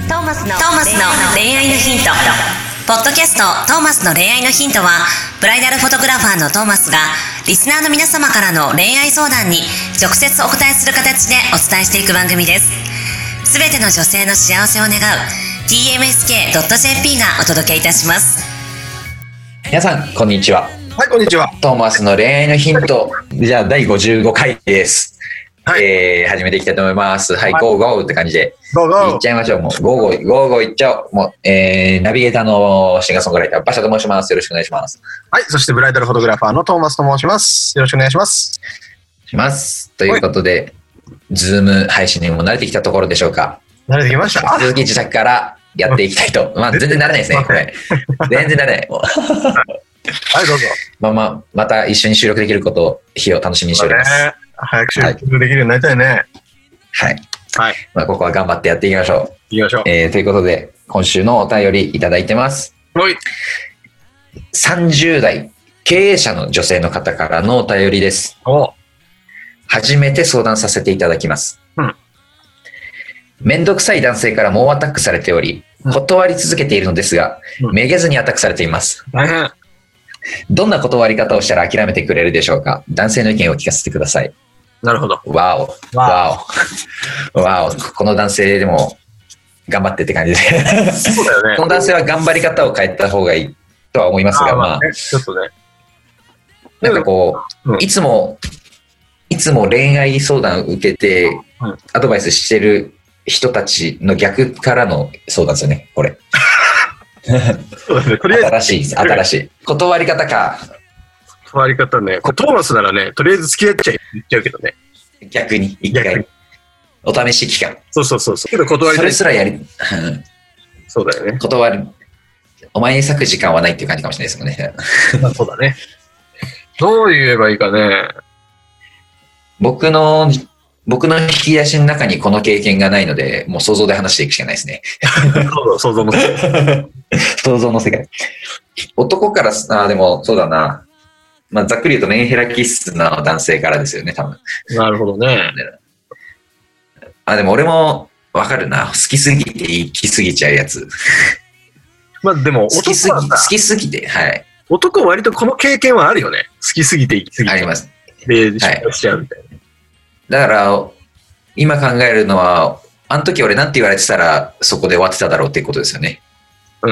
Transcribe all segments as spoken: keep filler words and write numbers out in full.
トーマスの恋愛のヒント。ポッドキャストトーマスの恋愛のヒントは、ブライダルフォトグラファーのトーマスがリスナーの皆様からの恋愛相談に直接お答えする形でお伝えしていく番組です。すべての女性の幸せを願う ティーエムエスケードットジェーピー がお届けいたします。 皆さんこんにちは。 はい、こんにちは。 トーマスの恋愛のヒント、じゃあだいごじゅうごかいです。はい、えー、始めていきたいと思います。はい、はい、ゴーゴーって感じでゴーゴーいっちゃいましょう。もうゴーゴーゴーゴーいっちゃおう。もう、えー、ナビゲーターのシンガーソングライターバシャと申します。よろしくお願いします。 はい、そしてブライダルフォトグラファーのトーマスと申します。よろしくお願いしますしますということで、ズーム配信にも慣れてきたところでしょうか。 慣れてきました。 続き自宅からやっていきたいと。まあ全然慣れないですね。これ全然慣れない。 はい、どうぞ。 まあまあ、また一緒に収録できることを、日を楽しみにしております。ね、 早く収録できるようになりたいね。 はい。 はい。 まあ、ここは頑張ってやっていきましょう。 いきましょう。 えー、ということで、今週のお便りいただいてます。 はい。 さんじゅう代、経営者の女性の方からのお便りです。 お初めて相談させていただきます。うん。めんどくさい男性から猛アタックされており、断り続けているのですが、うん、めげずにアタックされています。大変。どんな断り方をしたら諦めてくれるでしょうか。男性の意見を聞かせてください。 なるほど。 わお。わお。わお。この男性でも頑張ってって感じで。 そうだよね。 この男性は頑張り方を変えた方がいいとは思いますが、あまあ、 ね、ちょっとね。 なんかこう、うん、いつも、いつも恋愛相談を受けて、うん、アドバイスしてる人たちの逆からの相談ですよね、これ。 そうですね、とりあえず新しいです、新しい。断り方か。 断り方ね。トーマスならね、とりあえず付き合っちゃい言っちゃうけどね。 逆に、一回。お試し期間。 そうそうそう。けど断りそれすらやり、 そうだよね。 断る。お前に割く時間はないっていう感じかもしれないですもんね。 まあ、そうだね。どう言えばいいかね。 僕の、僕の引き出しの中にこの経験がないので、もう想像で話していくしかないですね。 想像の世界。 想像の世界。男から、あでもそうだな。まあ、ざっくり言うとメンヘラ気質な男性からですよね、多分。 なるほどね。 あ、でも俺もわかるな。好きすぎて行き過ぎちゃうやつ。 まあでも好きすぎ、好きすぎて、はい。 男は割とこの経験はあるよね。好きすぎて行き過ぎちゃう。 あります。 で、失敗しちゃうみたいな。 はい、だから、今考えるのは、あの時俺なんて言われてたらそこで終わってただろうっていうことですよね。 うん。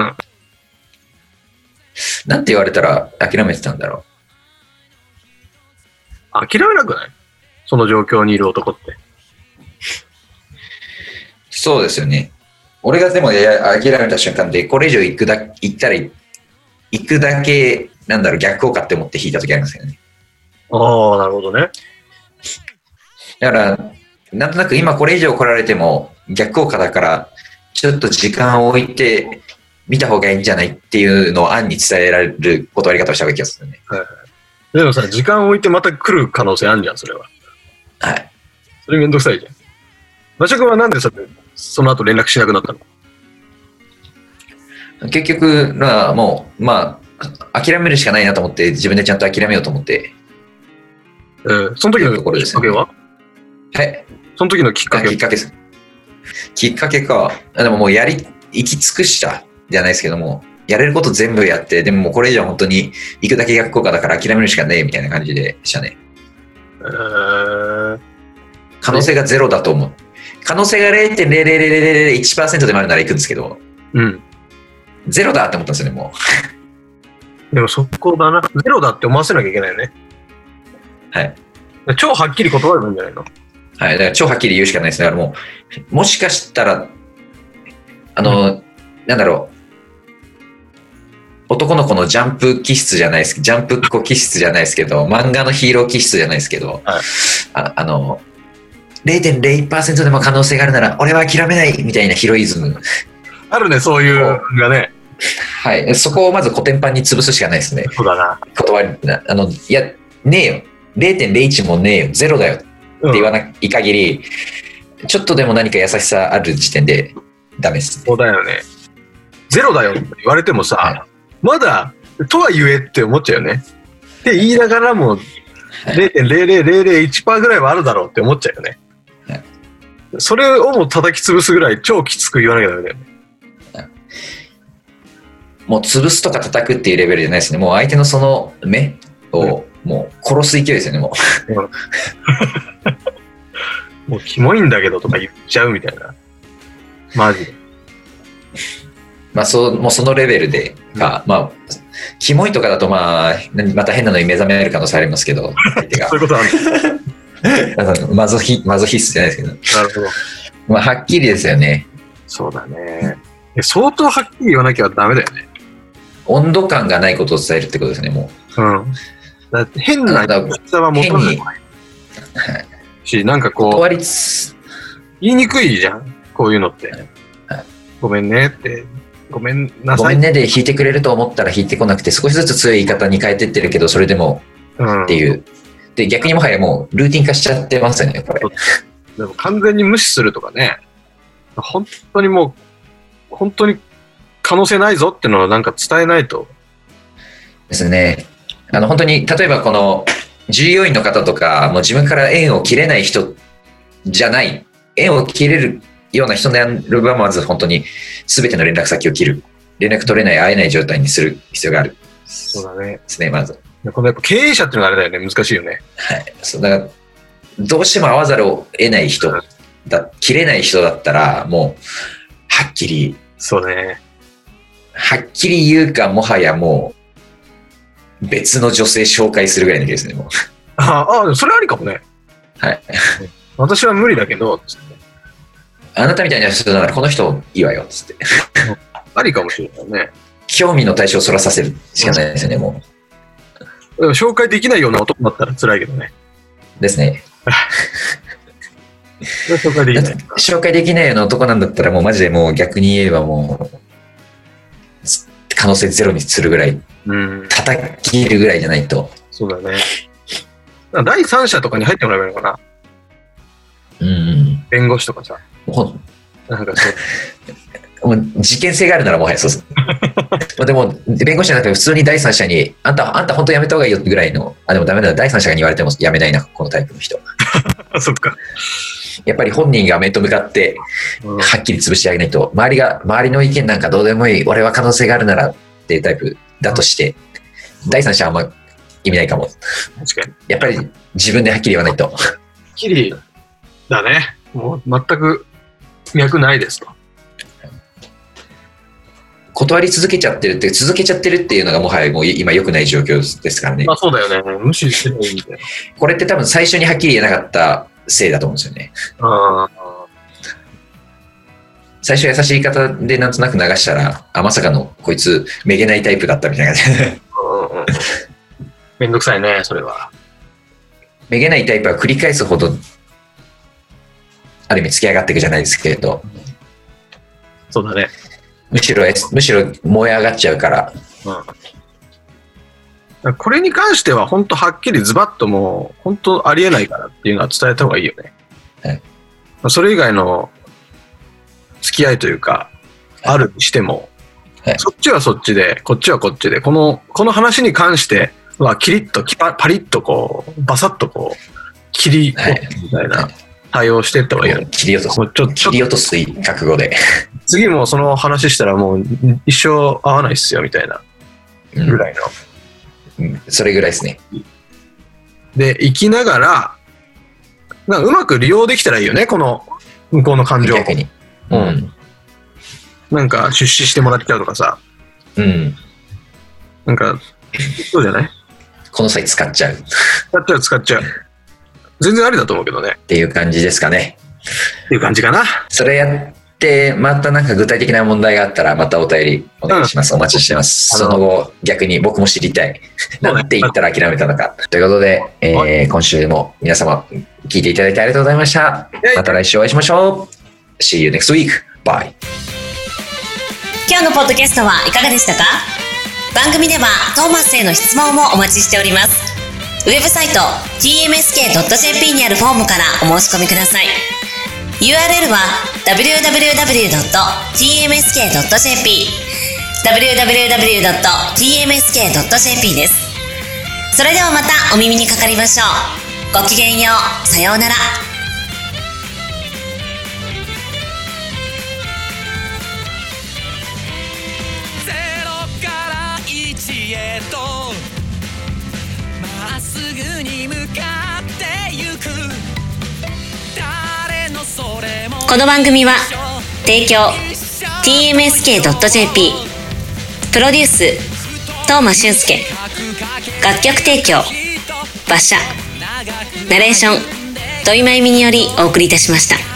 なんて言われたら諦めてたんだろう。 諦めなくない？その状況にいる男って。 そうですよね。俺がでも諦めた瞬間で、これ以上行くだ行ったら行くだけなんだろう逆効果って思って引いた時ありますよね。 ああ、なるほどね。 だからなんとなく今これ以上来られても逆効果だからちょっと時間を置いて見た方がいいんじゃないっていうのを暗に伝えられる断り方をした方がいい気がするね。 はいはい。でもさ、時間を置いてまた来る可能性あるじゃん、それは。 はい。 それめんどくさいじゃん。馬車君はなんでさ、その後連絡しなくなったの？結局、まあ、もう、まあ、諦めるしかないなと思って、自分でちゃんと諦めようと思って。 えー、その時のきっかけは？ はい。 その時のきっかけきっかけです。きっかけか。でももうやり、行き尽くしたじゃないですけども、やれること全部やって、でももうこれ以上本当に行くだけ逆効果だから諦めるしかねえみたいな感じでしたね。 えー、 可能性がゼロだと思う。可能性が ゼロてんゼロゼロゼロゼロゼロいちパーセント でもあるなら行くんですけど、 うん。 ゼロだって思ったんですよね、もう。でもそこだな。ゼロだって思わせなきゃいけないよね。 はい。 超はっきり断ればいいんじゃないの？ はい。だから超はっきり言うしかないです。だからもう、もしかしたら、あの、うん、なんだろう。男の子のジャンプ気質じゃないですけど、ジャンプっ子気質じゃないですけど、漫画のヒーロー気質じゃないですけど、はい、あ, あの、ゼロてんゼロいちパーセント でも可能性があるなら、俺は諦めないみたいなヒロイズム。 あるね、そういうのがね。 はい。そこをまずコテンパンに潰すしかないですね。 そうだな。 断り、あの、いや、ねえよ。ゼロてんゼロいち もねえよ。ゼロだよ。って言わない限り、うん、ちょっとでも何か優しさある時点でダメです、ね。 そうだよね。ゼロだよって言われてもさ、はい、まだ、とは言えって思っちゃうよね。って言いながらも、ゼロてんゼロゼロゼロゼロいちパーセント ぐらいはあるだろうって思っちゃうよね。 はい、 それをも叩き潰すぐらい超きつく言わなきゃダメだよね。 もう潰すとか叩くっていうレベルじゃないですね。もう相手のその目をもう殺す勢いですよね、もう。 もうキモいんだけどとか言っちゃうみたいな。マジで。 まあそう、もうそのレベルでか、うん、まあ、キモいとかだとまあ、また変なのに目覚める可能性ありますけど、相手が。 そういうことなんだ。 マゾヒ、マゾヒスじゃないですけど。 なるほど。 まあ、はっきりですよね。 そうだね。相当はっきり言わなきゃダメだよね。 温度感がないことを伝えるってことですね、もう。うん。 だって変な言い方は求めないし、なんかこう、言いにくいじゃん、こういうのって。はい、ごめんねって、ごめんなさい。 ごめんねで弾いてくれると思ったら弾いてこなくて、少しずつ強い言い方に変えてってるけど、それでもっていう。うん、で、逆にもはやもうルーティン化しちゃってますよね、これ。 でも完全に無視するとかね、本当にもう、本当に可能性ないぞっていうのをなんか伝えないと。 ですね。あの本当に例えばこの従業員の方とかもう自分から縁を切れない人じゃない縁を切れるような人であればまず本当に全ての連絡先を切る、連絡取れない会えない状態にする必要がある。 そうだね。 ですね、まず。 このやっぱ経営者っていうのがあれだよね、難しいよね。 はい。そうだからどうしても会わざるを得ない人だ、切れない人だったらもうはっきり。 そうね。 はっきり言うかもはやもう別の女性紹介するぐらいの気ですね、もう。 ああ、それありかもね。 はい。 私は無理だけど、つって。 あなたみたいな人ならこの人いいわよ、つって。 ありかもしれないね。 興味の対象をそらさせるしかないですよね、もう。紹介できないような男だったら辛いけどね。 ですね。 紹介できない。 紹介できないような男なんだったらもうマジでもう逆に言えばもう、可能性ゼロにするぐらい、うん、叩き切るぐらいじゃないと。 そうだね。第三者とかに入ってもらえばいいのかな。 うん。 弁護士とかさ。 なんかそう。もう事件性があるならもはやそうです。でも弁護士じゃなくて普通に第三者にあんたあんた本当やめた方がいいよぐらいの、あでもダメだ、第三者が言われてもやめないなこのタイプの人。 そっか。 やっぱり本人が面と向かってはっきり潰してあげないと、周りが周りの意見なんかどうでもいい、俺は可能性があるならっていうタイプだとして、第三者はあんま意味ないかも。 確かに。 やっぱり自分ではっきり言わないと。はっきりだね。もう全く脈ないですと。 断り続けちゃってるって、続けちゃってるっていうのがもはやもう今良くない状況ですからね。 まあそうだよね。無視してないんだよ。 これって多分最初にはっきり言えなかったせいだと思うんですよね。 あ最初優しい言い方でなんとなく流したら、あ、まさかのこいつめげないタイプだったみたいな感じで。 めんどくさいね、それは。 めげないタイプは繰り返すほど、ある意味付き上がっていくじゃないですけれど。 そうだね。 むしろ、むしろ燃え上がっちゃうから。 うん、これに関しては本当はっきりズバッともう本当ありえないからっていうのは伝えた方がいいよね。はい、それ以外の付き合いというか、はい、あるにしても、はい、そっちはそっちでこっちはこっちで、このこの話に関してはキリッとパパリッとこうバサッとこう切り落とすみたいな対応していった方がいいよね。 切り落とす。ちょちょ切り落とす覚悟で。 次もその話したらもう一生会わないっすよみたいなぐらいの。 うんうん、それぐらいですね。 で、生きながら、なんかうまく利用できたらいいよね、この向こうの感情を。 逆に。 うん。なんか出資してもらっちゃうとかさ。 うん。 なんか、そうじゃない？ この際使っちゃう。 使っちゃう、使っちゃう。全然ありだと思うけどね。 っていう感じですかね。 っていう感じかな。 それやって、またなんか具体的な問題があったら、またお便りお願いします。うん、お待ちしてます。その後、逆に僕も知りたい。なんて言ったら諦めたのか。ということで、えー、今週も皆様聞いていただいてありがとうございました。また来週お会いしましょう。See you next week. Bye. 今日のポッドキャストはいかがでしたか？番組ではトーマスへの質問もお待ちしております。ウェブサイト ティーエムエスケードットジェーピー にあるフォームからお申し込みください。ユーアールエル は ダブリューダブリューダブリュードットティーエムエスケードットジェーピー ダブリューダブリューダブリュードットティーエムエスケードットジェーピー です。それではまたお耳にかかりましょう。ごきげんよう。さようなら。 この番組は提供 ティーエムエスケードットジェーピー プロデュース東間俊介、楽曲提供馬車、ナレーション土井真由美によりお送りいたしました。